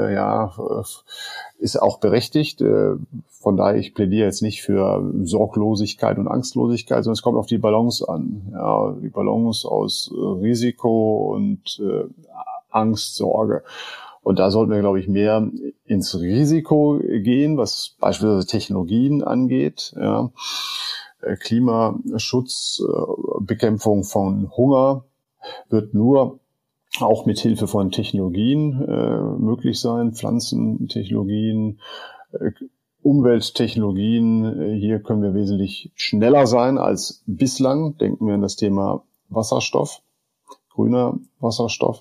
ist auch berechtigt. Von daher, ich plädiere jetzt nicht für Sorglosigkeit und Angstlosigkeit, sondern es kommt auf die Balance an. Ja, die Balance aus Risiko und Angst, Sorge. Und da sollten wir, glaube ich, mehr ins Risiko gehen, was beispielsweise Technologien angeht. Ja. Klimaschutz, Bekämpfung von Hunger wird nur auch mit Hilfe von Technologien möglich sein, Pflanzentechnologien, Umwelttechnologien. Hier können wir wesentlich schneller sein als bislang. Denken wir an das Thema Wasserstoff, grüner Wasserstoff.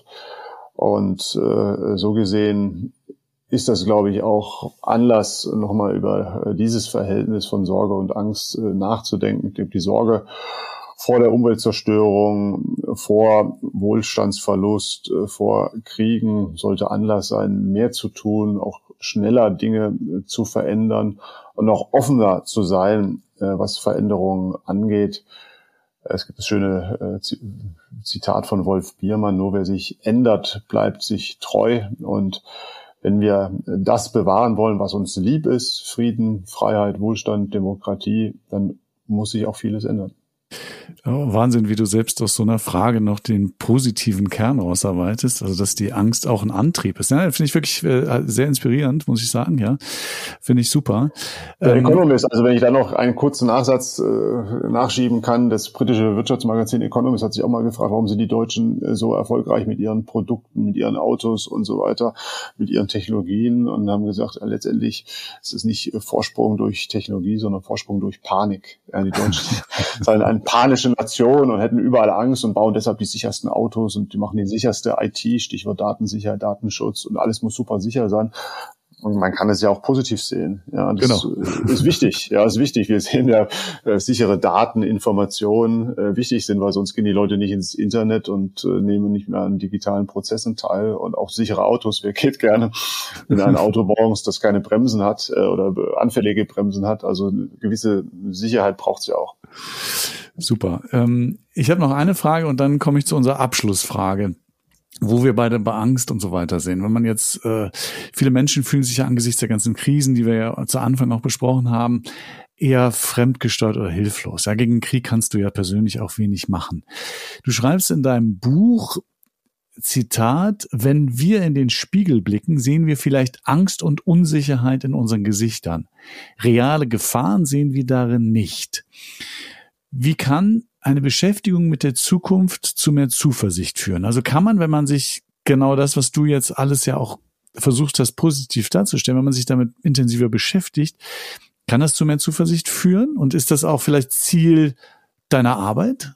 Und so gesehen ist das, glaube ich, auch Anlass, nochmal über dieses Verhältnis von Sorge und Angst nachzudenken. Ich denke, die Sorge vor der Umweltzerstörung, vor Wohlstandsverlust, vor Kriegen sollte Anlass sein, mehr zu tun, auch schneller Dinge zu verändern und auch offener zu sein, was Veränderungen angeht. Es gibt das schöne Zitat von Wolf Biermann, nur wer sich ändert, bleibt sich treu. Und wenn wir das bewahren wollen, was uns lieb ist, Frieden, Freiheit, Wohlstand, Demokratie, dann muss sich auch vieles ändern. Oh, Wahnsinn, wie du selbst aus so einer Frage noch den positiven Kern rausarbeitest, also dass die Angst auch ein Antrieb ist. Ja, finde ich wirklich sehr inspirierend, muss ich sagen, ja. Finde ich super. Der Economist, also wenn ich da noch einen kurzen Nachsatz nachschieben kann, das britische Wirtschaftsmagazin Economist hat sich auch mal gefragt, warum sind die Deutschen so erfolgreich mit ihren Produkten, mit ihren Autos und so weiter, mit ihren Technologien, und haben gesagt, letztendlich ist es nicht Vorsprung durch Technologie, sondern Vorsprung durch Panik. Ja, die Deutschen seien eine panische Nation und hätten überall Angst und bauen deshalb die sichersten Autos und die machen die sicherste IT, Stichwort Datensicherheit, Datenschutz, und alles muss super sicher sein. Und man kann es ja auch positiv sehen. Ja, das ist wichtig. Ja, ist wichtig. Wir sehen ja, sichere Daten, Informationen wichtig sind, weil sonst gehen die Leute nicht ins Internet und nehmen nicht mehr an digitalen Prozessen teil. Und auch sichere Autos. Wer geht gerne in ein Auto morgens, das keine Bremsen hat oder anfällige Bremsen hat? Also eine gewisse Sicherheit braucht es ja auch. Super. Ich habe noch eine Frage und dann komme ich zu unserer Abschlussfrage, wo wir beide bei Angst und so weiter sehen. Wenn man jetzt, viele Menschen fühlen sich ja angesichts der ganzen Krisen, die wir ja zu Anfang auch besprochen haben, eher fremdgesteuert oder hilflos. Ja, gegen Krieg kannst du ja persönlich auch wenig machen. Du schreibst in deinem Buch, Zitat, wenn wir in den Spiegel blicken, sehen wir vielleicht Angst und Unsicherheit in unseren Gesichtern. Reale Gefahren sehen wir darin nicht. Wie kann eine Beschäftigung mit der Zukunft zu mehr Zuversicht führen? Also kann man, wenn man sich genau das, was du jetzt alles ja auch versucht hast, positiv darzustellen, wenn man sich damit intensiver beschäftigt, kann das zu mehr Zuversicht führen? Und ist das auch vielleicht Ziel deiner Arbeit?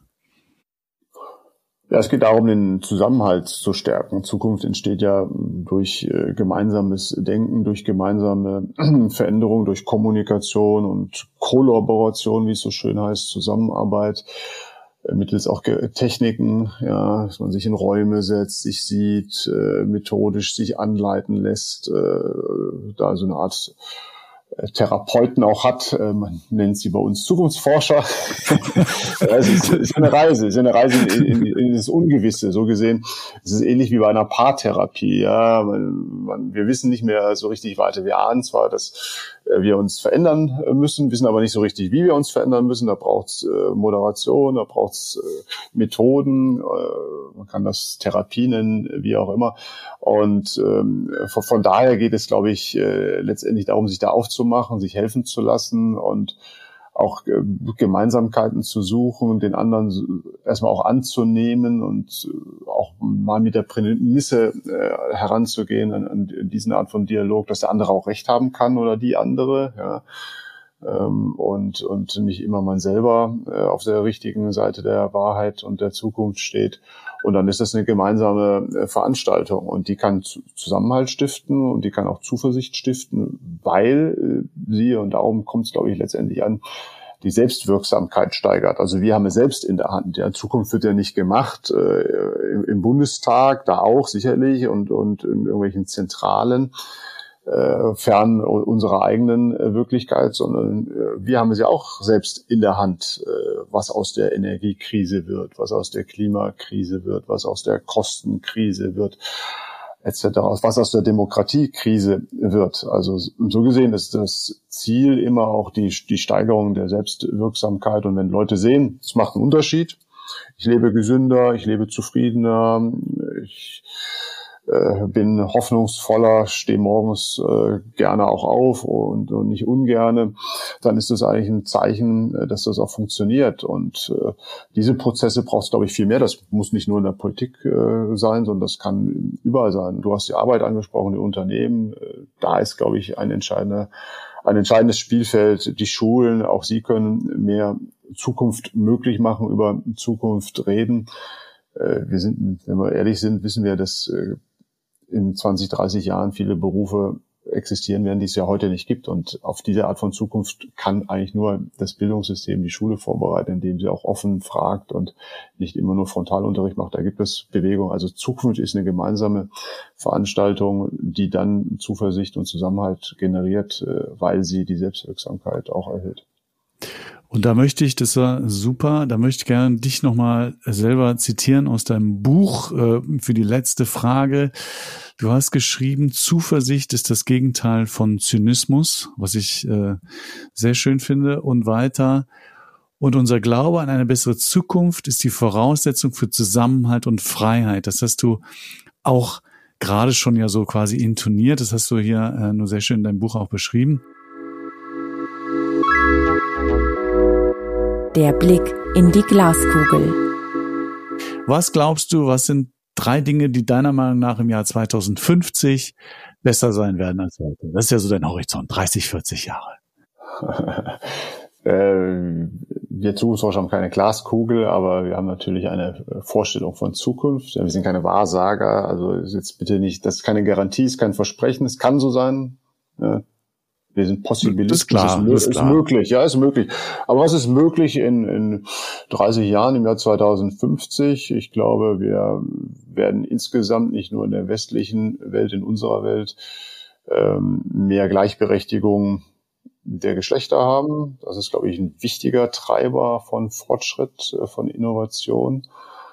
Ja, es geht darum, den Zusammenhalt zu stärken. Zukunft entsteht ja durch gemeinsames Denken, durch gemeinsame Veränderung, durch Kommunikation und Kollaboration, wie es so schön heißt, Zusammenarbeit, mittels auch Techniken, ja, dass man sich in Räume setzt, sich sieht, methodisch sich anleiten lässt, da so eine Art Therapeuten auch hat, man nennt sie bei uns Zukunftsforscher. Es ist eine Reise, in das Ungewisse. So gesehen, es ist ähnlich wie bei einer Paartherapie. Ja, wir wissen nicht mehr so richtig weiter. Wir ahnen zwar, dass wir uns verändern müssen, wissen aber nicht so richtig, wie wir uns verändern müssen. Da braucht's Moderation, da braucht's Methoden. Man kann das Therapie nennen, wie auch immer. Und von daher geht es, glaube ich, letztendlich darum, sich da aufzumachen, sich helfen zu lassen und auch Gemeinsamkeiten zu suchen, den anderen erstmal auch anzunehmen und auch mal mit der Prämisse heranzugehen an diesen Art von Dialog, dass der andere auch recht haben kann oder die andere, ja. Und nicht immer man selber auf der richtigen Seite der Wahrheit und der Zukunft steht. Und dann ist das eine gemeinsame Veranstaltung und die kann Zusammenhalt stiften und die kann auch Zuversicht stiften, weil sie, und darum kommt es, glaube ich, letztendlich an, die Selbstwirksamkeit steigert. Also wir haben es selbst in der Hand. Ja, Zukunft wird ja nicht gemacht im Bundestag, da auch sicherlich und in irgendwelchen Zentralen, fern unserer eigenen Wirklichkeit, sondern wir haben es ja auch selbst in der Hand, was aus der Energiekrise wird, was aus der Klimakrise wird, was aus der Kostenkrise wird, etc., was aus der Demokratiekrise wird. Also so gesehen ist das Ziel immer auch die Steigerung der Selbstwirksamkeit. Und wenn Leute sehen, es macht einen Unterschied, ich lebe gesünder, ich lebe zufriedener, ich bin hoffnungsvoller, stehe morgens gerne auch auf und nicht ungerne, dann ist das eigentlich ein Zeichen, dass das auch funktioniert. Und diese Prozesse braucht es, glaube ich, viel mehr. Das muss nicht nur in der Politik sein, sondern das kann überall sein. Du hast die Arbeit angesprochen, die Unternehmen. Da ist, glaube ich, ein entscheidendes Spielfeld. Die Schulen, auch sie können mehr Zukunft möglich machen, über Zukunft reden. Wir sind, wenn wir ehrlich sind, wissen wir, dass in 20, 30 Jahren viele Berufe existieren werden, die es ja heute nicht gibt. Und auf diese Art von Zukunft kann eigentlich nur das Bildungssystem, die Schule vorbereiten, indem sie auch offen fragt und nicht immer nur Frontalunterricht macht. Da gibt es Bewegung. Also Zukunft ist eine gemeinsame Veranstaltung, die dann Zuversicht und Zusammenhalt generiert, weil sie die Selbstwirksamkeit auch erhöht. Und da möchte ich, das war super, da möchte ich gerne dich nochmal selber zitieren aus deinem Buch für die letzte Frage. Du hast geschrieben, Zuversicht ist das Gegenteil von Zynismus, was ich sehr schön finde. Und weiter, und unser Glaube an eine bessere Zukunft ist die Voraussetzung für Zusammenhalt und Freiheit. Das hast du auch gerade schon ja so quasi intoniert. Das hast du hier nur sehr schön in deinem Buch auch beschrieben. Der Blick in die Glaskugel. Was glaubst du, was sind 3 Dinge, die deiner Meinung nach im Jahr 2050 besser sein werden als heute? Das ist ja so dein Horizont, 30, 40 Jahre. Wir Zukunftsforscher haben keine Glaskugel, aber wir haben natürlich eine Vorstellung von Zukunft. Wir sind keine Wahrsager, also jetzt bitte nicht, das ist keine Garantie, ist kein Versprechen, es kann so sein. Wir sind Possibilisten. Ist möglich, ja, ist möglich. Aber was ist möglich in 30 Jahren, im Jahr 2050? Ich glaube, wir werden insgesamt nicht nur in der westlichen Welt, in unserer Welt, mehr Gleichberechtigung der Geschlechter haben. Das ist, glaube ich, ein wichtiger Treiber von Fortschritt, von Innovation.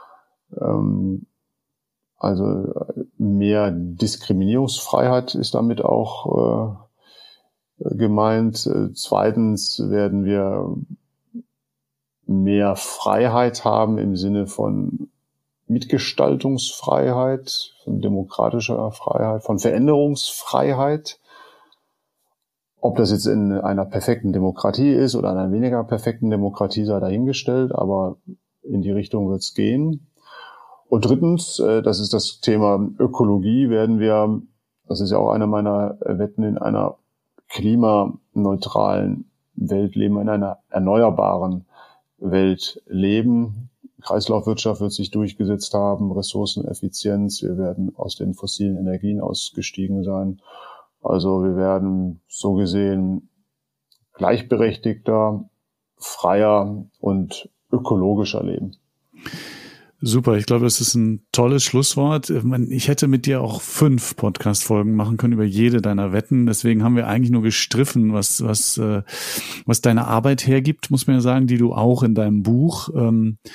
Also mehr Diskriminierungsfreiheit ist damit auch gemeint. Zweitens werden wir mehr Freiheit haben im Sinne von Mitgestaltungsfreiheit, von demokratischer Freiheit, von Veränderungsfreiheit. Ob das jetzt in einer perfekten Demokratie ist oder in einer weniger perfekten Demokratie, sei dahingestellt, aber in die Richtung wird es gehen. Und drittens, das ist das Thema Ökologie, werden wir, das ist ja auch eine meiner Wetten, in einer klimaneutralen Welt leben, in einer erneuerbaren Welt leben. Kreislaufwirtschaft wird sich durchgesetzt haben, Ressourceneffizienz, wir werden aus den fossilen Energien ausgestiegen sein. Also wir werden so gesehen gleichberechtigter, freier und ökologischer leben. Super, ich glaube, das ist ein tolles Schlusswort. Ich hätte mit dir auch 5 Podcast-Folgen machen können über jede deiner Wetten. Deswegen haben wir eigentlich nur gestriffen, was deine Arbeit hergibt, muss man ja sagen, die du auch in deinem Buch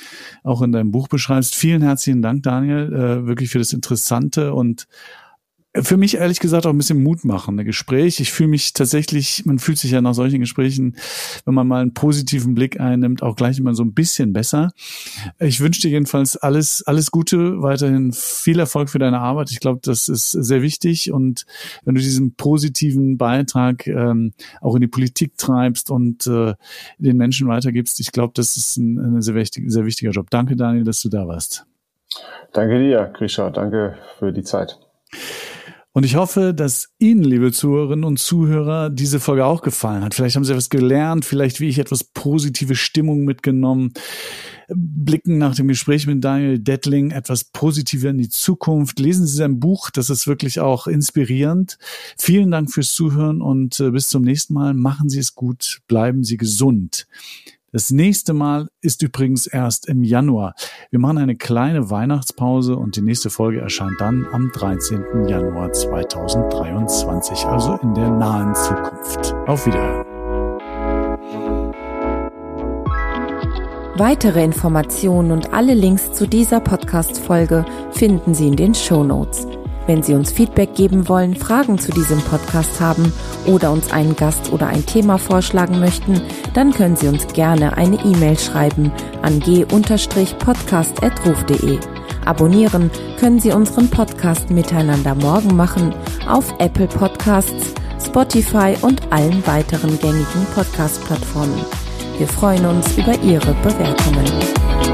beschreibst. Vielen herzlichen Dank, Daniel, wirklich für das interessante und für mich ehrlich gesagt auch ein bisschen mutmachende Gespräch. Ich fühle mich tatsächlich, man fühlt sich ja nach solchen Gesprächen, wenn man mal einen positiven Blick einnimmt, auch gleich immer so ein bisschen besser. Ich wünsche dir jedenfalls alles Gute, weiterhin viel Erfolg für deine Arbeit. Ich glaube, das ist sehr wichtig, und wenn du diesen positiven Beitrag auch in die Politik treibst und den Menschen weitergibst, ich glaube, das ist ein sehr wichtiger Job. Danke, Daniel, dass du da warst. Danke dir, Grisha. Danke für die Zeit. Und ich hoffe, dass Ihnen, liebe Zuhörerinnen und Zuhörer, diese Folge auch gefallen hat. Vielleicht haben Sie etwas gelernt, vielleicht wie ich etwas positive Stimmung mitgenommen, blicken nach dem Gespräch mit Daniel Dettling etwas positiver in die Zukunft. Lesen Sie sein Buch, das ist wirklich auch inspirierend. Vielen Dank fürs Zuhören und bis zum nächsten Mal. Machen Sie es gut, bleiben Sie gesund. Das nächste Mal ist übrigens erst im Januar. Wir machen eine kleine Weihnachtspause und die nächste Folge erscheint dann am 13. Januar 2023, also in der nahen Zukunft. Auf Wiederhören. Weitere Informationen und alle Links zu dieser Podcast-Folge finden Sie in den Shownotes. Wenn Sie uns Feedback geben wollen, Fragen zu diesem Podcast haben oder uns einen Gast oder ein Thema vorschlagen möchten, dann können Sie uns gerne eine E-Mail schreiben an g-podcast@ruf.de. Abonnieren können Sie unseren Podcast Miteinander morgen machen auf Apple Podcasts, Spotify und allen weiteren gängigen Podcast-Plattformen. Wir freuen uns über Ihre Bewertungen.